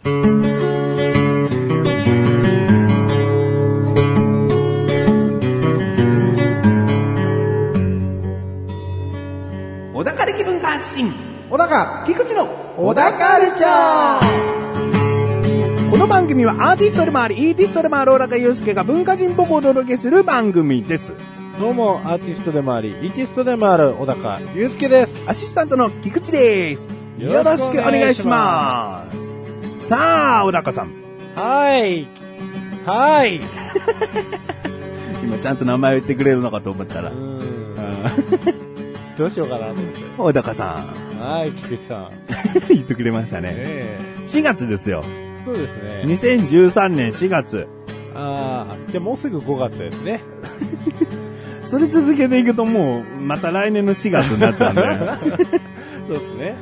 小高力文化発信、 小高菊池の小高カルチャー。 この番組はアーティストでもありイーティストでもある小高祐介が文化人っぽくお届けする番組です。 どうもアーティストでもありイーティストでもある小高祐介です。 アシスタントの菊池です。よろしくお願いします。さあ小高さん、 はい今ちゃんと名前を言ってくれるのかと思ったらどうしようかなと思って。 小高さん、 はい、菊池さん言ってくれましたね。4月ですよ。 そうですね。 2013年4月。 ああ、じゃあもうすぐ5月ですね。 それ続けていくともうまた来年の4月になっちゃうんでそうですね。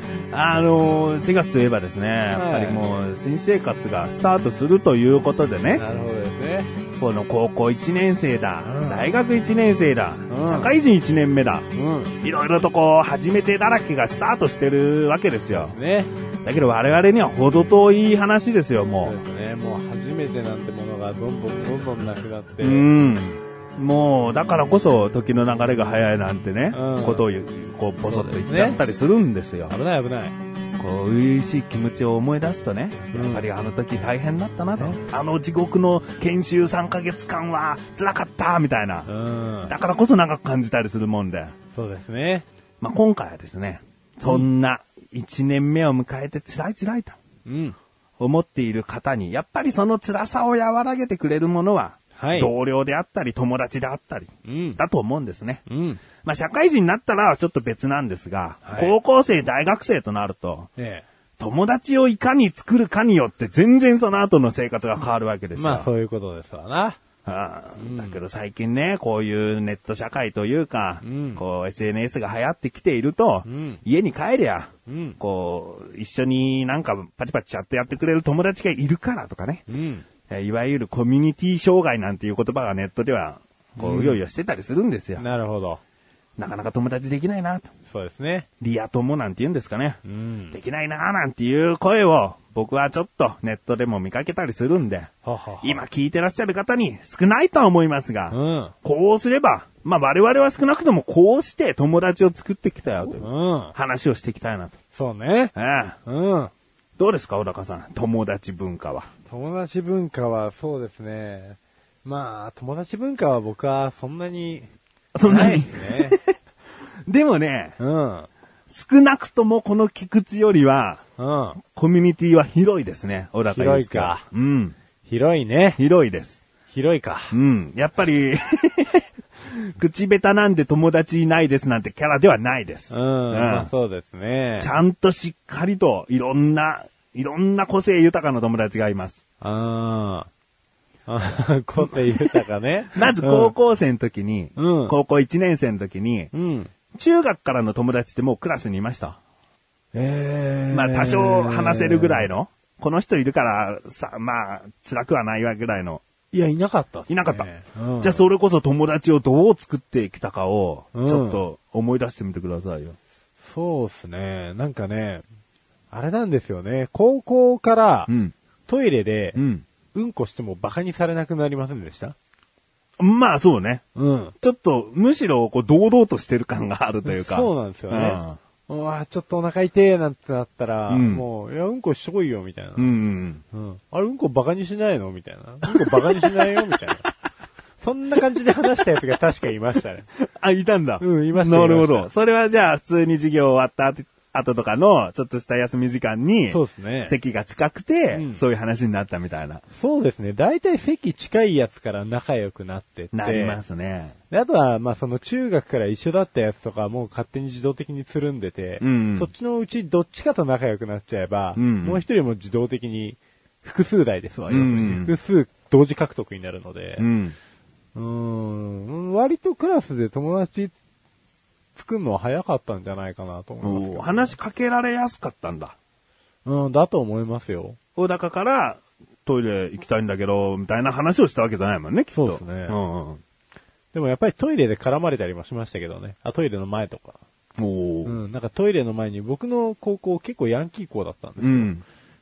4月といえばですね、やっぱりもう新生活がスタートするということでね。 なるほどですね。 この高校1年生だ、大学1年生だ、 社会人1年目だ、いろいろとこう初めてだらけがスタートしてるわけですよ。 ね。 だけど我々には程遠い話ですよ、もう。 そうですね。もう初めてなんてものがどんどんなくなって。 もうだからこそ時の流れが早いなんてね、ことをこうボソッと言っちゃったりするんですよ。 危ない。 こう嬉しい気持ちを思い出すとね、やっぱりあの時大変だったなと、あの地獄の研修3ヶ月間は辛かったみたいな、だからこそ長く感じたりするもんで。 そうですね。 まあ今回はですね、そんな1年目を迎えて辛いと、思っている方にやっぱりその辛さを和らげてくれるものは、同僚であったり友達であったり、だと思うんですね。まあ社会人になったらちょっと別なんですが、高校生大学生となると、友達をいかに作るかによって全然その後の生活が変わるわけですよ。 まあそういうことですわな。 だけど最近ね、こういうネット社会というか、こう SNS が流行ってきていると、家に帰りゃ、こう一緒になんかパチパチチャットやってくれる友達がいるからとかね、いわゆるコミュニティ障害なんていう言葉がネットではこううよいよしてたりするんですよ。 なるほど。 なかなか友達できないなと。 そうですね。 リア友なんて言うんですかね。できないななんていう声を僕はちょっとネットでも見かけたりするんで、今聞いてらっしゃる方に少ないとは思いますが、こうすれば、まあ我々は少なくともこうして友達を作ってきたよという話をしていきたいなと。 そうね。 どうですか小高さん、友達文化は。 友達文化はそうですね。まあ友達文化は僕はそんなにないですね。 でもね、少なくともこの菊池よりは、コミュニティは広いですね、小高広いか。広いね。 広いです。 広いか。 やっぱり、口下手なんで友達いないですなんてキャラではないです。 まあそうですね。 ちゃんとしっかりといろんな個性豊かな友達がいます。 個性豊かね。 まず高校生の時に、高校1年生の時に、中学からの友達ってもうクラスにいました。まあ多少話せるぐらいの、この人いるからさ、まあ辛くはないわぐらいの。 いや、いなかった。 いなかった。じゃあそれこそ友達をどう作ってきたかを、ちょっと思い出してみてくださいよ。 そうですね。なんかね、あれなんですよね。高校から、トイレで、うんこしてもバカにされなくなりませんでした？ まあそうね。ちょっと、むしろこう堂々としてる感があるというか。 そうなんですよね。うわちょっとお腹痛えなんてなったら、もう、いや、うんこしとこいよ、みたいな。あれ、うんこバカにしないのみたいな。うんこバカにしないよ、みたいな。そんな感じで話したやつが確かいましたね。 あ、いたんだ。 いました。 なるほど。それはじゃあ、普通に授業終わった後とかの、ちょっとした休み時間に、 そうですね。 席が近くて、そういう話になったみたいな。 そうですね。大体席近いやつから仲良くなってって。 なりますね。 あとは、まあその中学から一緒だったやつとかもう勝手に自動的につるんでて、そっちのうちどっちかと仲良くなっちゃえば、もう一人も自動的に複数台ですわ、要するに。複数同時獲得になるので、割とクラスで友達作るのは早かったんじゃないかなと思いますけど、ね。 話しかけられやすかったんだ。 だと思いますよ。 小高からトイレ行きたいんだけど、みたいな話をしたわけじゃないもんね、きっと。 そうですね。でもやっぱりトイレで絡まれたりもしましたけどね。トイレの前とか。なんかトイレの前に僕の高校結構ヤンキー校だったんですよ。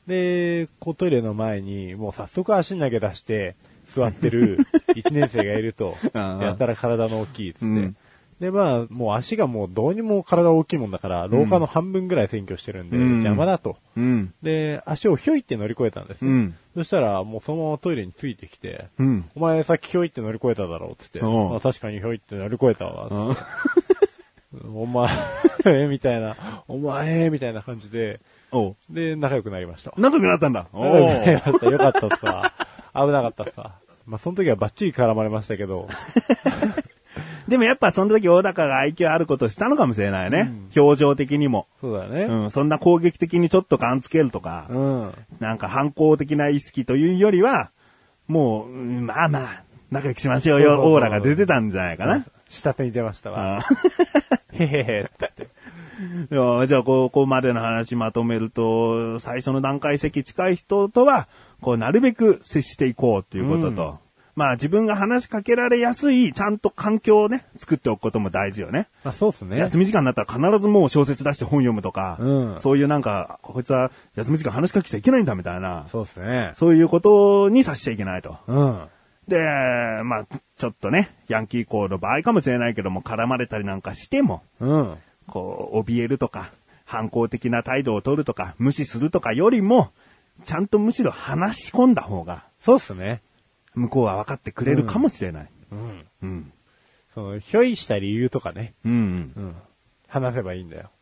で、トイレの前に、もう早速足投げ出して、座ってる1年生がいると、やったら体の大きいっつって。で、もう足がもうどうにも体大きいもんだから、廊下の半分ぐらい占拠してるんで、邪魔だと。で、足をひょいって乗り越えたんですよ。そしたら、もうそのままトイレについてきて、お前さっきひょいって乗り越えただろうっつって、確かにひょいって乗り越えたわ、つって。お前みたいな、お前みたいな感じで、で、仲良くなりました。 仲良くなったんだ。 仲良くなりました。よかったっすわ。危なかったっすわ。その時はバッチリ絡まれましたけど。 でもやっぱその時大高が愛嬌あることをしたのかもしれないね。表情的にも。 そうだね。 そんな攻撃的にちょっと感つけるとか、なんか反抗的な意識というよりは、もう、まあまあ、仲良くしましょうよ、オーラが出てたんじゃないかな。 下手に出ましたわ。へへへって。 じゃあ、ここまでの話まとめると、最初の段階席近い人とは、なるべく接していこうっていうことと、自分が話しかけられやすい、ちゃんと環境をね、作っておくことも大事よね。 そうですね。 休み時間になったら必ずもう小説出して本読むとか、そういうなんか、こいつは休み時間話しかけちゃいけないんだみたいな。 そうですね。 そういうことにさせちゃいけないと。で、ちょっとね、ヤンキー校の場合かもしれないけども、絡まれたりなんかしても、怯えるとか、反抗的な態度を取るとか、無視するとかよりも、ちゃんとむしろ話し込んだ方が、 そうっすね。 向こうは分かってくれるかもしれない。 その、ひょいした理由とかね。話せばいいんだよ。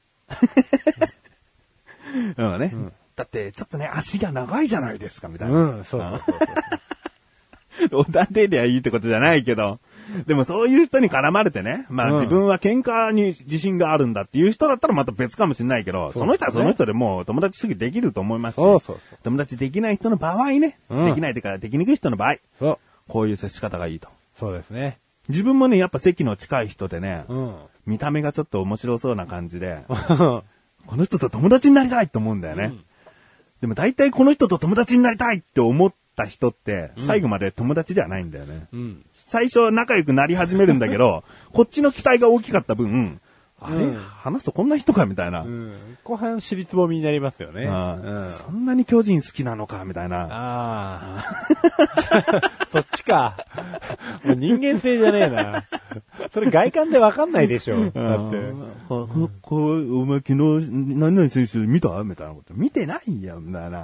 だって、ちょっとね、足が長いじゃないですか、みたいな。 そうおだてりゃいいってことじゃないけど、でもそういう人に絡まれてね、自分は喧嘩に自信があるんだっていう人だったらまた別かもしれないけど、その人はその人でもう友達すぐできると思いますし、友達できない人の場合ね、できないというかできにくい人の場合、こういう接し方がいいと。 そうですね。 自分もね、やっぱ席の近い人でね、見た目がちょっと面白そうな感じで、この人と友達になりたいと思うんだよね。でも大体この人と友達になりたいって思った人って、最後まで友達ではないんだよね。最初仲良くなり始めるんだけど、こっちの期待が大きかった分、あれ、話すとこんな人かみたいな。 後半尻つぼみになりますよね。 そんなに巨人好きなのかみたいな。 そっちか。もう人間性じゃねえな。それ外観でわかんないでしょ。だって。 お前昨日何々選手見たみたいなこと。見てないやん、みたいな。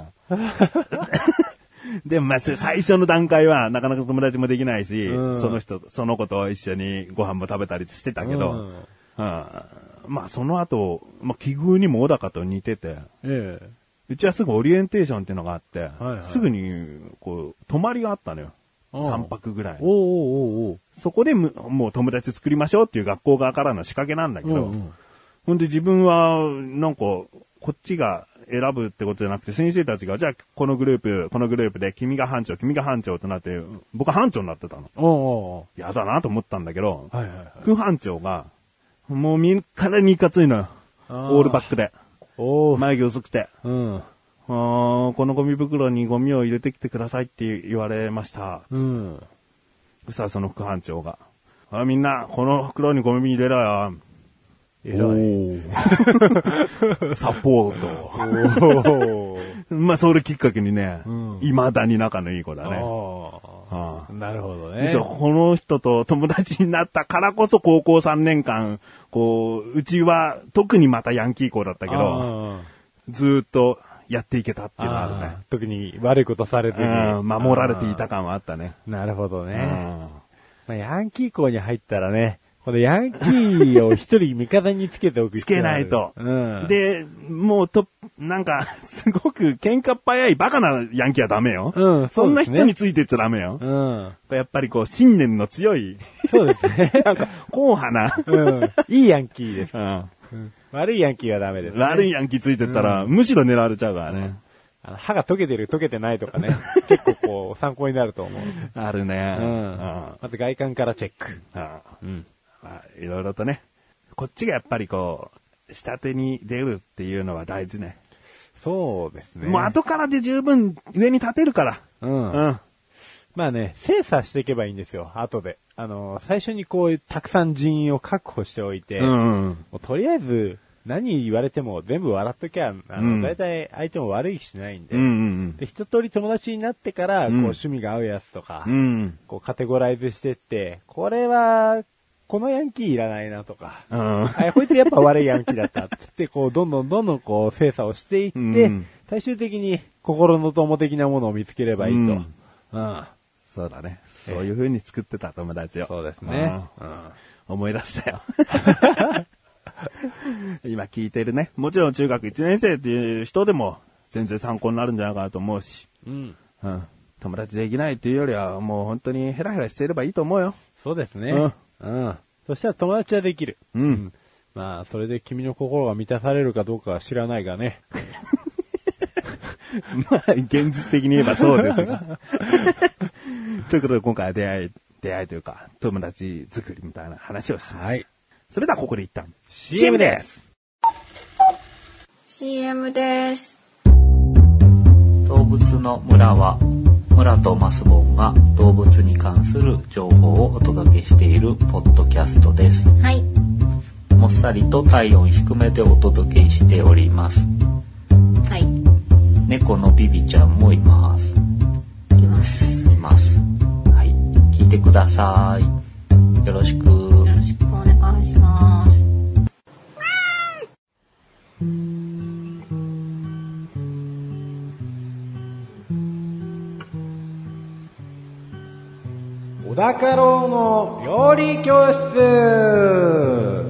でも最初の段階はなかなか友達もできないし、その子と一緒にご飯も食べたりしてたけど、その後、奇遇にも小高と似てて、うちはすぐオリエンテーションっていうのがあって、すぐに、泊まりがあったのよ。3泊ぐらい。そこでもう友達作りましょうっていう学校側からの仕掛けなんだけど、ほんで自分は、なんか、こっちが選ぶってことじゃなくて、先生たちが、じゃあこのグループで君が班長となって、僕は班長になってたの。やだなと思ったんだけど、副班長が、もう見からにいかついのよ。オールバックで。眉毛薄くて。このゴミ袋にゴミを入れてきてくださいって言われました。そしたらその副班長が、みんな、この袋にゴミ入れろよ。 偉い。 サポート。それきっかけにね、未だに仲のいい子だね。 なるほどね。 この人と友達になったからこそ高校3年間、うちは特にまたヤンキー校だったけど、ずーっとやっていけたっていうのがあるね。 特に悪いことされずに。 守られていた感はあったね。 なるほどね。ヤンキー校に入ったらね、このヤンキーを一人味方につけておく必要がある。つけないと。で、もうなんか、すごく喧嘩っ早いバカなヤンキーはダメよ。そんな人についてっちゃダメよ。やっぱり信念の強い。 そうですね。 なんか、硬派な。 いいヤンキーです。悪いヤンキーはダメですね。 悪いヤンキーついてったら、むしろ狙われちゃうからね。 歯が溶けてる溶けてないとかね。結構参考になると思う。 あるね。 まず外観からチェック。 いろいろとね。こっちがやっぱり下手に出るっていうのは大事ね。 そうですね。 もう後からで十分上に立てるから。 精査していけばいいんですよ、後で。最初にたくさん人員を確保しておいて、もうとりあえず、 何言われても全部笑っときゃ、大体相手も悪い気しないんで、で、一通り友達になってから、こう、趣味が合うやつとか、こう、カテゴライズしてって、これは、このヤンキーいらないなとか、こいつやっぱ悪いヤンキーだったってって、こう、どんどんこう、精査をしていって、最終的に心の友的なものを見つければいいと。 そうだね。そういう風に作ってた友達を。 そうですね。 思い出したよ。今聞いてるね。もちろん中学1年生っていう人でも全然参考になるんじゃないかなと思うし。友達できないっていうよりはもう本当にヘラヘラしてればいいと思うよ。 そうですね。そしたら友達はできる。まあ、それで君の心が満たされるかどうかは知らないがね。 まあ、現実的に言えばそうですが。ということで今回は出会いというか、友達作りみたいな話をします。はい。それではここで一旦 CM です。 CM です。 動物の村は村とマスボンが動物に関する情報をお届けしているポッドキャストです。 はい。 もっさりと体温低めでお届けしております。 はい。 猫のビビちゃんもいます。 います。 はい。聞いてください。よろしく。 よろしくお願いします。 小高郎の料理教室。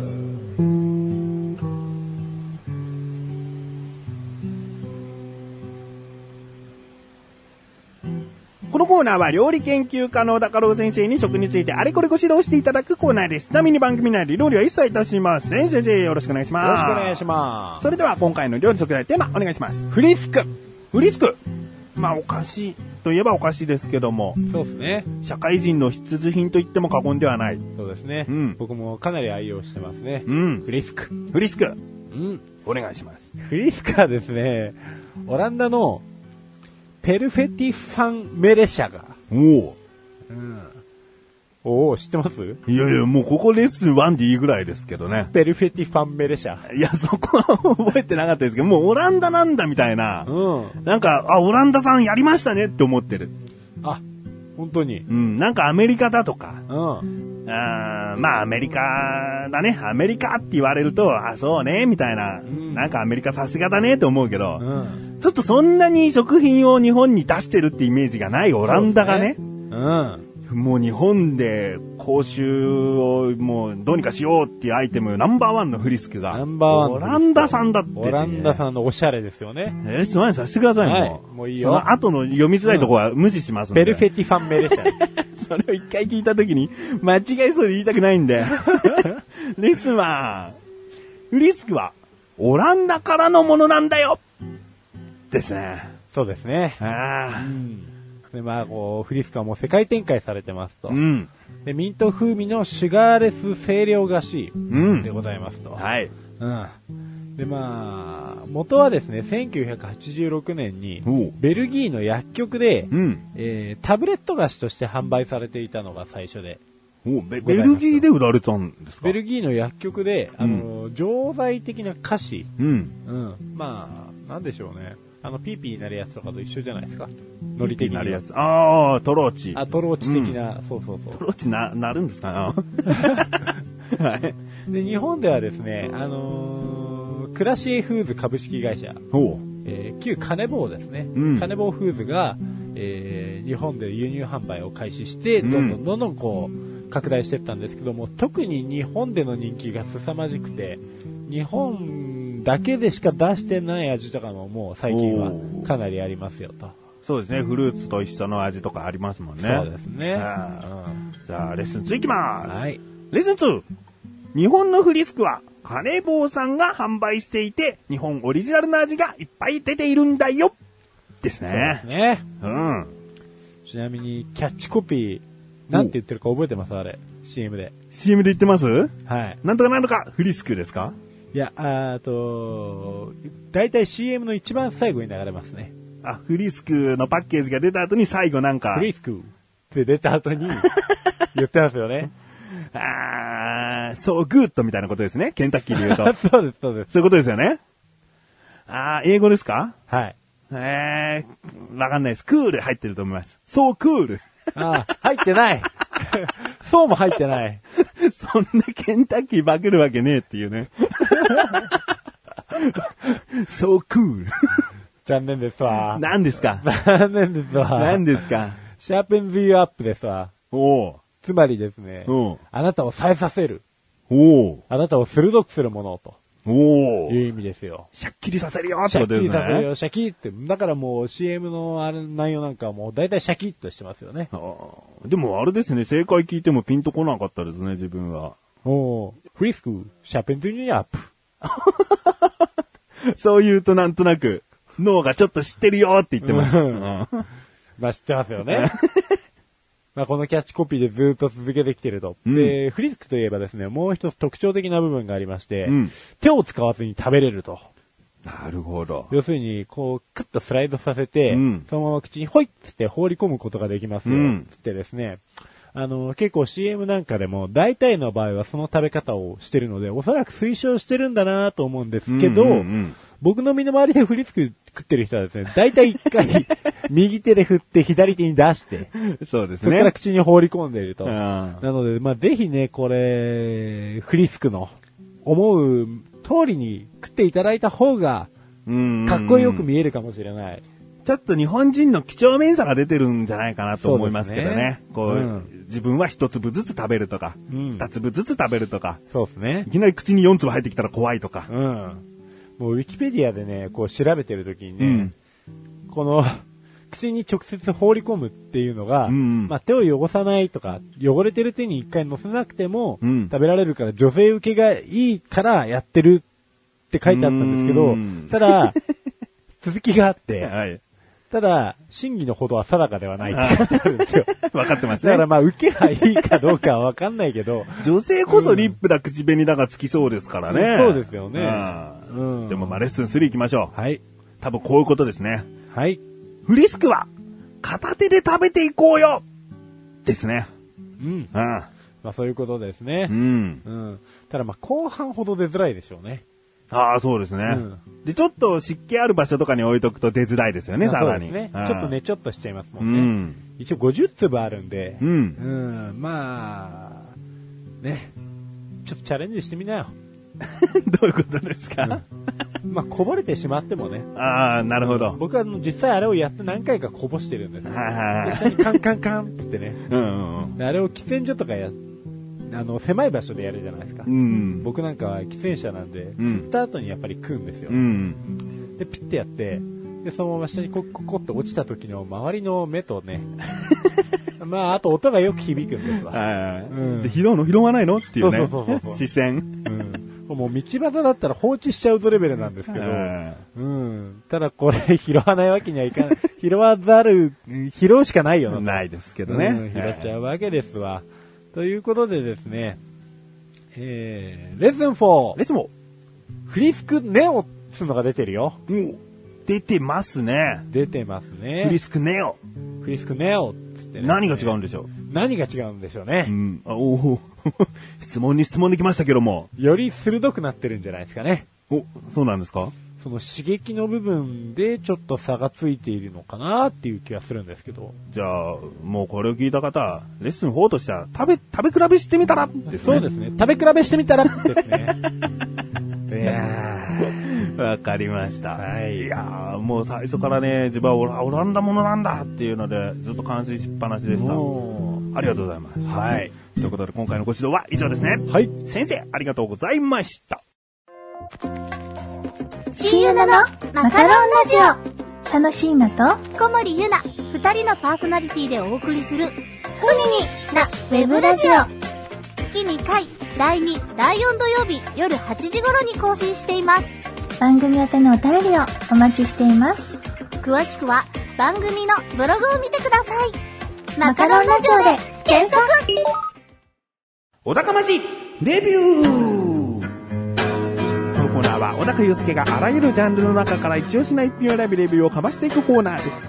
このコーナーは料理研究家の小高郎先生に食についてあれこれご指導していただくコーナーです。ちなみに番組内で料理は一切いたしません。先生よろしくお願いします。 よろしくお願いします。 それでは今回の料理食材テーマお願いします。 フリスク。 フリスク。まあお菓子といえばお菓子ですけども。 そうですね。 社会人の必需品と言っても過言ではない。 そうですね。僕もかなり愛用してますね。フリスク。 フリスク。お願いします。 フリスクはですね、オランダのペルフェティファンメレシャが。おー、知ってます？ いやいや、もうここレッスン1でいいぐらいですけどね。 ペルフェティファンメレシャ。 いや、そこは覚えてなかったですけど、もうオランダなんだみたいな。なんか、オランダさんやりましたねって思ってる。 あ、本当に。 なんかアメリカだとか。まあアメリカだね。アメリカって言われると、そうね、みたいな。なんかアメリカさすがだねって思うけど、ちょっとそんなに食品を日本に出してるってイメージがないオランダがね。もう日本で講習をもうどうにかしようっていうアイテムナンバーワンのフリスクが。オランダさんだって、ね。 オランダさんのおしゃれですよね。 すまんさせてください、 もういいよ。 その後の読みづらいとこは無視しますんで。 ペルフェティファンメレシャ。 それを一回聞いたときに間違いそうで言いたくないんで。ですわ。フリスクはオランダからのものなんだよですね。 そうですね。で、まあ、こう、フリスクはもう世界展開されてますと。で、ミント風味のシュガーレス清涼菓子でございますと。 はい。 で、まあ、元はですね、1986年に、ベルギーの薬局で、タブレット菓子として販売されていたのが最初で。 ベルギーで売られたんですか？ ベルギーの薬局で、錠剤的な菓子。まあ、なんでしょうね。ピーピーになるやつとかと一緒じゃないですか。ノリ的になるやつ。 トローチ。 トローチ的な、そう。トローチなるんですか？ はい。で、日本ではですね、クラシエフーズ株式会社、旧カネボウですね。カネボウフーズが、日本で輸入販売を開始して、どんどんこう、拡大していったんですけども、特に日本での人気が凄まじくて、日本だけでしか出してない味とかももう最近はかなりありますよと。 そうですね。フルーツと一緒の味とかありますもんね。 そうですね。 じゃあ、レッスン2いきます。 はい。 レッスン 2。日本のフリスクはカネボウさんが販売していて、日本オリジナルの味がいっぱい出ているんだよですね。 そうですね。ちなみに、キャッチコピー、なんて言ってるか覚えてますあれ。CM で。 CM で言ってます？ はい。 なんとかなんとかフリスクですか？ いや、だいたい CM の一番最後に流れますね。 フリスクのパッケージが出た後に最後なんか。 フリスクって出た後に言ってますよね。 そうグッドみたいなことですね。ケンタッキーで言うと。 そうです、そうです。 そういうことですよね。英語ですか？ はい。 わかんないです。クール入ってると思います。そうクール。 入ってない。そうも入ってない。 そんなケンタッキー化けるわけねえっていうね。そうクール。 残念ですわ。 何ですか？ 残念ですわ。 何ですか？ シャーペンズユーアップですわ。つまりですね、あなたを冴えさせる。あなたを鋭くするものと。いう意味ですよ。 シャッキリさせるよってことですね。 シャッキリさせるよ、シャキって。だからもう CM の内容なんかはもう大体シャキッとしてますよね。 でもあれですね、正解聞いてもピンとこなかったですね、自分は。 フリスク、シャーペンズユーアップ。 そう言うとなんとなく、脳がちょっと知ってるよって言ってます。 まあ知ってますよね。まあこのキャッチコピーでずっと続けてきてると。で、フリスクといえばですね、もう一つ特徴的な部分がありまして、手を使わずに食べれると。 なるほど。 要するに、こう、クッとスライドさせて、そのまま口にホイッって放り込むことができますよ。つってですね。結構 CM なんかでも、大体の場合はその食べ方をしてるので、おそらく推奨してるんだなと思うんですけど、僕の身の回りでフリスク食ってる人はですね、大体一回、右手で振って左手に出して、 そうですね。 そこから口に放り込んでいると。なので、まあ、ぜひね、これ、フリスクの思う通りに食っていただいた方が、かっこよく見えるかもしれない。 ちょっと日本人の几帳面さが出てるんじゃないかなと思いますけどね。自分は一粒ずつ食べるとか、二粒ずつ食べるとか。 そうですね。 いきなり口に4粒入ってきたら怖いとか。 もうウィキペディアでね、こう調べてるときにね、この、口に直接放り込むっていうのが、まあ手を汚さないとか、汚れてる手に一回乗せなくても、食べられるから女性受けがいいからやってるって書いてあったんですけど、ただ、続きがあって、ただ、真偽のほどは定かではないって書いてあるんですよ。 分かってますね。 だからまあ受けがいいかどうかは分かんないけど。 女性こそリップだ口紅だがつきそうですからね。 そうですよね。 でもまあレッスン3行きましょう。 はい。 多分こういうことですね。 はい。 フリスクは片手で食べていこうよですね。 まあそういうことですね。ただまあ後半ほど出づらいでしょうね。 そうですね。で、ちょっと湿気ある場所とかに置いとくと出づらいですよね、さらに。 そうですね。ちょっとね、ちょっとしちゃいますもんね。一応50粒あるんで、まあ、ね、ちょっとチャレンジしてみなよ。 どういうことですか？ まあ、こぼれてしまってもね。 なるほど。 僕は実際あれをやって何回かこぼしてるんですよ。で、下にカンカンカンってね。あれを喫煙所とか狭い場所でやるじゃないですか。僕なんかは喫煙者なんで、吸った後にやっぱり食うんですよ。で、ピッてやって、で、そのまま下にコって落ちた時の周りの目とね、まあ、あと音がよく響くんですわ。 で、拾わないのっていうね。 そう視線。 もう道端だったら放置しちゃうぞレベルなんですけど、ただこれ拾わないわけにはいかない。拾うしかないよ。 ないですけどね。 拾っちゃうわけですわ。ということでですね、レッスン4。 レッスン 4。 フリスクネオってのが出てるよ。 出てますね。 出てますね。 フリスクネオ。 フリスクネオってってね。 何が違うんでしょう？ 何が違うんでしょうね。 質問に質問できましたけども。 より鋭くなってるんじゃないですかね。 そうなんですか？ その刺激の部分でちょっと差がついているのかなっていう気がするんですけど。 じゃあ、もうこれを聞いた方、レッスン4としては食べ比べしてみたらですね。 そうですね。食べ比べしてみたらですね。いやわかりました。 はい。 いやー、もう最初からね、自分はオランダものなんだっていうので、ずっと感心しっぱなしでした。ありがとうございます。 はい。 ということで今回のご指導は以上ですね。 はい。 先生、ありがとうございました。 シユナのマカロンラジオ。 佐野椎名と小森ゆな、二人のパーソナリティでお送りする、ふにになウェブラジオ。月2回、第2、第4土曜日夜8時頃に更新しています。 番組宛てのお便りをお待ちしています。 詳しくは番組のブログを見てください。マカロンラジオで検索。 お高ましレビュー。このコーナーは小高祐介があらゆるジャンルの中から一押しな一品を選びレビューをかましていくコーナーです。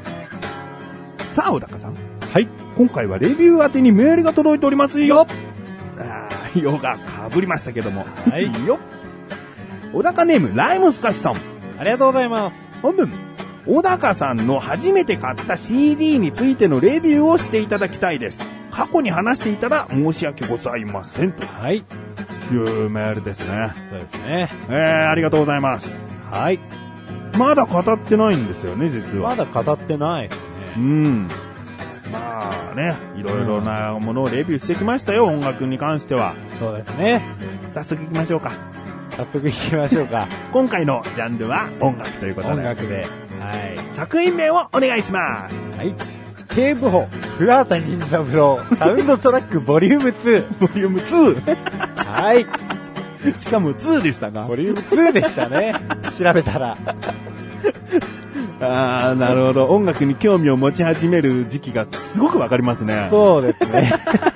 さあ小高さん。 はい。 今回はレビュー宛てにメールが届いておりますよ。 内容が被りましたけども。 はい。 よっ。小高ネーム、ライムスカシさん。 ありがとうございます。 本文。小高さんの初めて買った CD についてのレビューをしていただきたいです。過去に話していたら申し訳ございませんと。 はい。 いうメールですね。 そうですね。 ありがとうございます。 はい。 まだ語ってないんですよね、実は。 まだ語ってないですね。 うん。まあね、いろいろなものをレビューしてきましたよ、音楽に関しては。 そうですね。 早速行きましょうか。 早速行きましょうか。 今回のジャンルは音楽ということで。 音楽で。はい。 作品名をお願いします。 はい。警部補、古畑任三郎、サウンドトラックボリューム2。 ボリューム 2? はい。 しかも2でしたか？ ボリューム2でしたね。調べたら。 ああ、なるほど。音楽に興味を持ち始める時期がすごくわかりますね。 そうですね。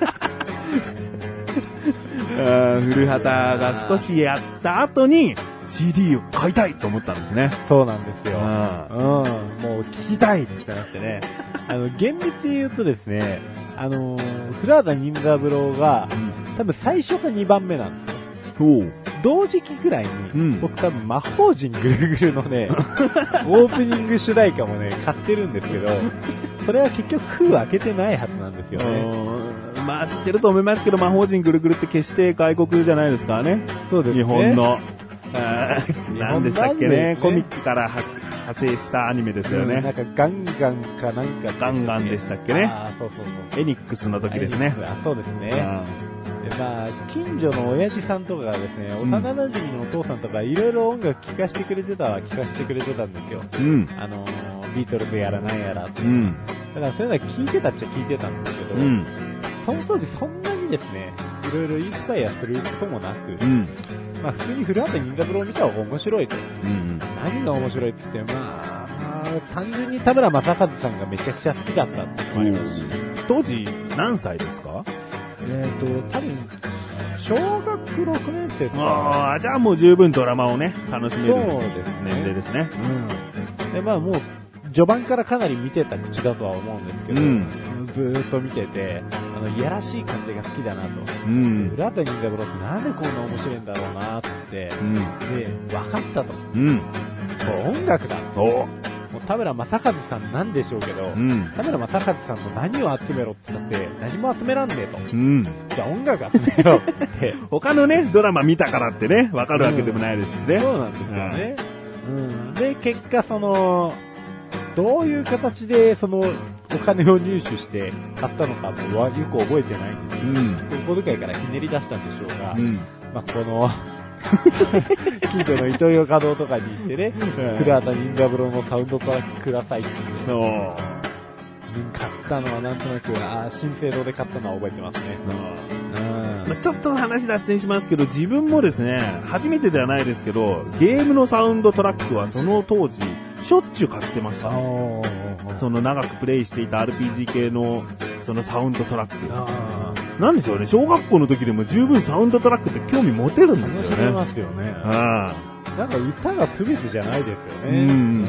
古畑が少しやった後に CD を買いたいと思ったんですね。 そうなんですよ。 うん。 もう聞きたいってなってね。厳密に言うとですね、古畑任三郎が、多分最初か2番目なんですよ。同時期ぐらいに、僕多分魔法陣ぐるぐるのね、オープニング主題歌もね、買ってるんですけど、それは結局封開けてないはずなんですよね。 まあ知ってると思いますけど、魔法陣ぐるぐるって決して外国じゃないですからね。 そうですね。 日本の、何でしたっけね、コミックから派生したアニメですよね。 なんかガンガンかなんかガンガンでしたっけね。 そうそう。 エニックスの時ですね。 そうですね。でまあ、近所の親父さんとかがですね、幼馴染のお父さんとかいろいろ音楽聴かせてくれてたんですよ。ビートルズやらなんやらって。だからそういうのは聴いてたっちゃ聴いてたんですけど、その当時そんなにですね、いろいろインスパイアすることもなく、まあ普通に古畑任三郎を見た方が面白いと。何が面白いって言って、まあ、単純に田村正和さんがめちゃくちゃ好きだったってのもありますし。 当時何歳ですか？ 多分、小学6年生とか。じゃあもう十分ドラマをね、楽しめる年齢ですね。 で、まあもう、序盤からかなり見てた口だとは思うんですけど、ずーっと見てて、いやらしい感じが好きだなと。古畑任三郎ってなんでこんな面白いんだろうなって、で、分かったと。音楽だと。もう田村正和さんなんでしょうけど、田村正和さんの何を集めろって言ったって何も集めらんねえと。じゃあ音楽集めろって。 他のね、ドラマ見たからってね、わかるわけでもないですしね。 そうなんですよね。で、結果どういう形でお金を入手して買ったのかもよく覚えてないんですけど、お小遣いからひねり出したんでしょうが、まあこの、近所のイトーヨーカドーとかに行ってね、古畑任三郎のサウンドトラックくださいって言って、買ったのはなんとなく、新生堂で買ったのは覚えてますね。 ちょっと話脱線しますけど、自分もですね、初めてではないですけど、ゲームのサウンドトラックはその当時、しょっちゅう買ってました。長くプレイしていた RPG 系のサウンドトラック。なんでしょうね、小学校の時でも十分サウンドトラックって興味持てるんですよね。 楽しめますよね。なんか歌が全てじゃないですよね。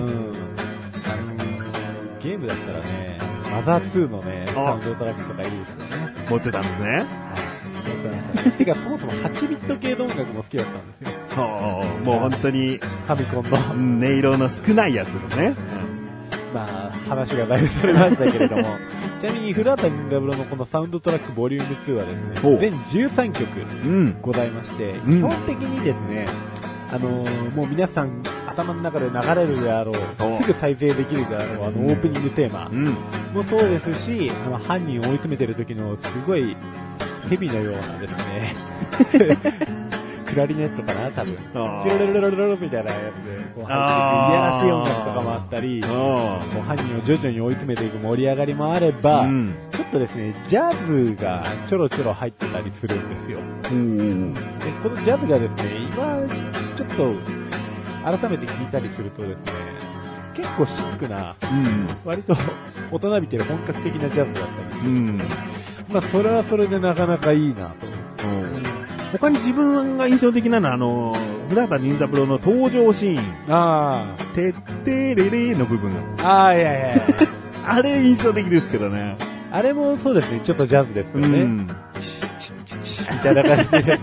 ゲームだったらね、マザー2のね、サウンドトラックとかいいですよね。 持ってたんですね。 てか、そもそも8ビット系の音楽も好きだったんですよ。 もう本当に、 ファミコンの音色の少ないやつですね。 まあ、話がだいぶそれましたけれども、ちなみに古畑任三郎のこのサウンドトラックボリューム2はですね、全13曲ございまして、基本的にですね、もう皆さん頭の中で流れるであろう、すぐ再生できるであろう、オープニングテーマもそうですし、犯人を追い詰めてる時のすごい蛇のようなですね、クラリネットかな多分。ピロロロロロロみたいなやつで、こう入っていくいやらしい音楽とかもあったり、こう犯人を徐々に追い詰めていく盛り上がりもあれば、ちょっとですね、ジャズがちょろちょろ入ってたりするんですよ。でこのジャズがですね、今、ちょっと、改めて聞いたりするとですね、結構シックな、割と大人びてる本格的なジャズだったりするんですけど、まあそれはそれでなかなかいいなと。 他に自分が印象的なのは、古畑任三郎の登場シーン。てってれれの部分。 いや。 あれ印象的ですけどね。 あれもそうですね、ちょっとジャズですよね。 みたいな感じで。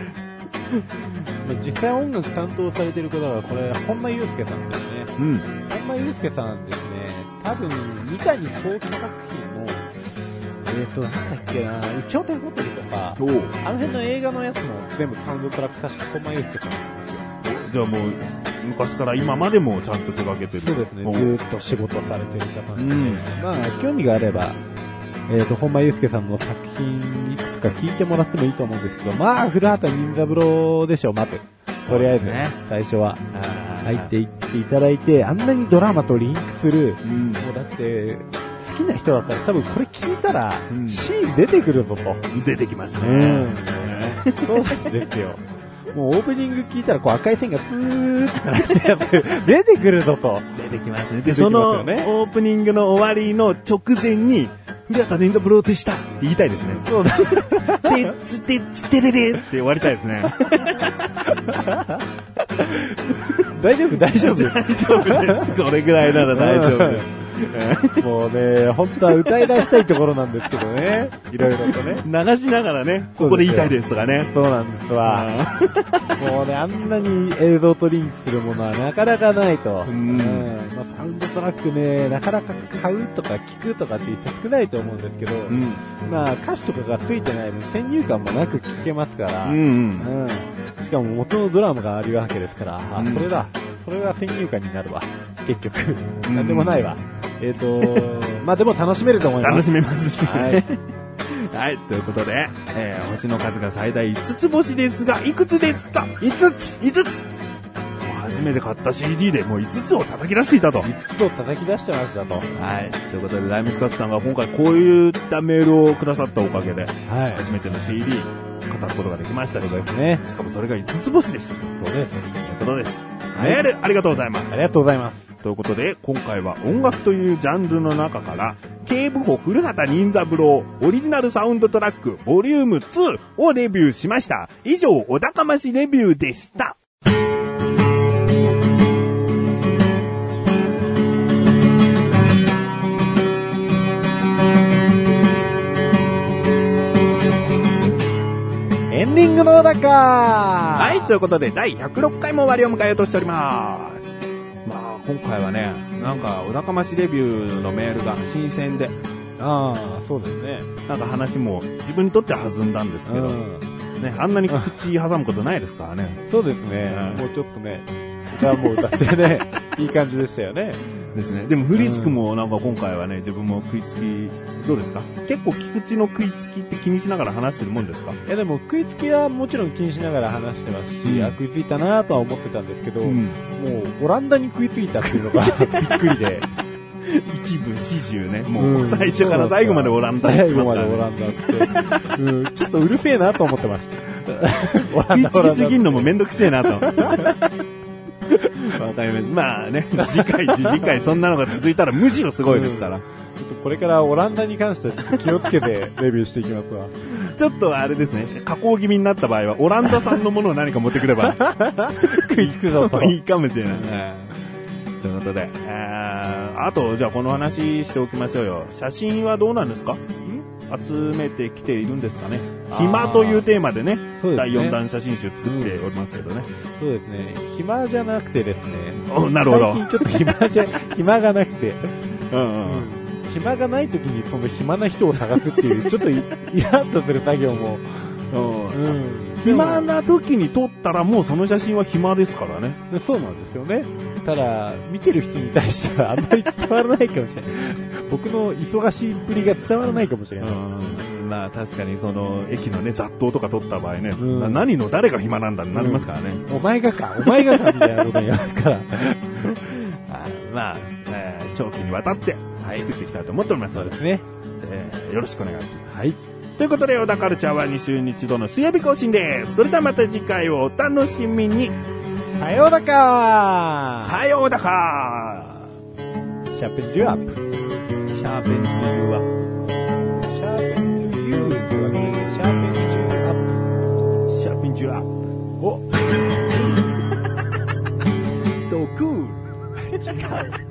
実際音楽担当されてる方は、これ、本間祐介さんですね。 うん。 本間祐介さんですね、多分、三谷幸喜作品の、なんだっけな、有頂天ホテルとか、あの辺の映画のやつも全部サウンドトラック確か本間祐介さんなんですよ。 じゃあもう、昔から今までもちゃんと手掛けてる。 そうですね、ずーっと仕事されてる方なんで、まあ、興味があれば、本間祐介さんの作品いくつか聞いてもらってもいいと思うんですけど、まあ、古畑任三郎でしょう、まず。とりあえず、ね、最初は。入っていっていただいて、あんなにドラマとリンクする、もうだって、好きな人だったら多分これ聞いたら、シーン出てくるぞと。 出てきますね。 そうですよ。もうオープニング聞いたらこう赤い線がプーってなってやって出てくるぞと。 出てきますね。で、そのオープニングの終わりの直前に、古畑任三郎でしたって言いたいですね。 そうだ。 てつてつてれれって終わりたいですね。 大丈夫大丈夫大丈夫です。これぐらいなら大丈夫。 もうね、本当は歌い出したいところなんですけどね。いろいろとね。 流しながらね、ここで言いたいですとかね。 そうなんですわ。もうね、あんなに映像とリンクするものはなかなかないと。まあ、サウンドトラックね、なかなか買うとか聞くとかって言って少ないと思うんですけど、まあ歌詞とかがついてない分先入観もなく聞けますから、しかも元のドラマがあるわけですから、それだ。それが先入観になるわ。結局。なんでもないわ。まあでも楽しめると思います。 楽しめますね。はい。はい、ということで、星の数が最大5つ星ですが、いくつですか ?5 つ !5 つ初めて買った CD でもう5つを叩き出していたと。 5つを叩き出してましたと。 はい。ということで、ライムスカッツさんが今回こういったメールをくださったおかげで、初めての CD、語ることができましたし、 そうですね。 しかもそれが5つ星でしたと。 そうです。 ということです。メールありがとうございます。 ありがとうございます。 ということで、今回は音楽というジャンルの中から、警部補古畑任三郎オリジナルサウンドトラックボリューム2をレビューしました。以上、お高ましレビューでした。 エンディングのだかはい、ということで、第106回も終わりを迎えようとしております。まあ、今回はね、なんか、お高ましレビューのメールが新鮮で。 ああ、そうですね。 なんか話も自分にとっては弾んだんですけど、ね、あんなに口挟むことないですからね。 そうですね。もうちょっとね、歌も歌ってね、いい感じでしたよね。 ですね。でもフリスクもなんか今回はね、自分も食いつき、どうですか？結構菊池の食いつきって気にしながら話してるもんですか？ いやでも食いつきはもちろん気にしながら話してますし、食いついたなとは思ってたんですけど、もうオランダに食いついたっていうのがびっくりで。 一部始終ね、もう最初から最後までオランダって言ってますからね。 最後までオランダって。ちょっとうるせえなと思ってました。 食いつきすぎんのもめんどくせえなと。わかります。まあね、次回そんなのが続いたらむしろすごいですから。 ちょっとこれからオランダに関してはちょっと気をつけてレビューしていきますわ。 ちょっとあれですね、加工気味になった場合はオランダ産のものを何か持ってくれば食いつくぞと。 いいかもしれない。ということで、あとじゃあこの話しておきましょうよ。写真はどうなんですか？集めてきているんですかね。暇というテーマでね、第4弾写真集作っておりますけどね。 そうですね。暇じゃなくてですね。 なるほど。 最近ちょっと暇がなくて。暇がない時にその暇な人を探すっていう、ちょっとイラッとする作業も。暇な時に撮ったらもうその写真は暇ですからね。そうなんですよね。ただ、見てる人に対してはあんまり伝わらないかもしれない。僕の忙しいっぷりが伝わらないかもしれない。 まあ確かにその駅のね雑踏とか撮った場合ね、何の誰が暇なんだになりますからね。 お前がかみたいなことになりますから。 まあ、長期にわたって作っていきたいと思っておりますので、 そうですね。 よろしくお願いします。 はい。 ということで、小田カルチャーは2週に1度の水曜日更新です。それではまた次回をお楽しみに。 さようだかさようだかシャーペンジュアップ。 シャーペンズユーアップ。 シャーペンジュユーってわけで、シャーペンジュアップ。 シャーペンジュアップ。おSo cool. 違う。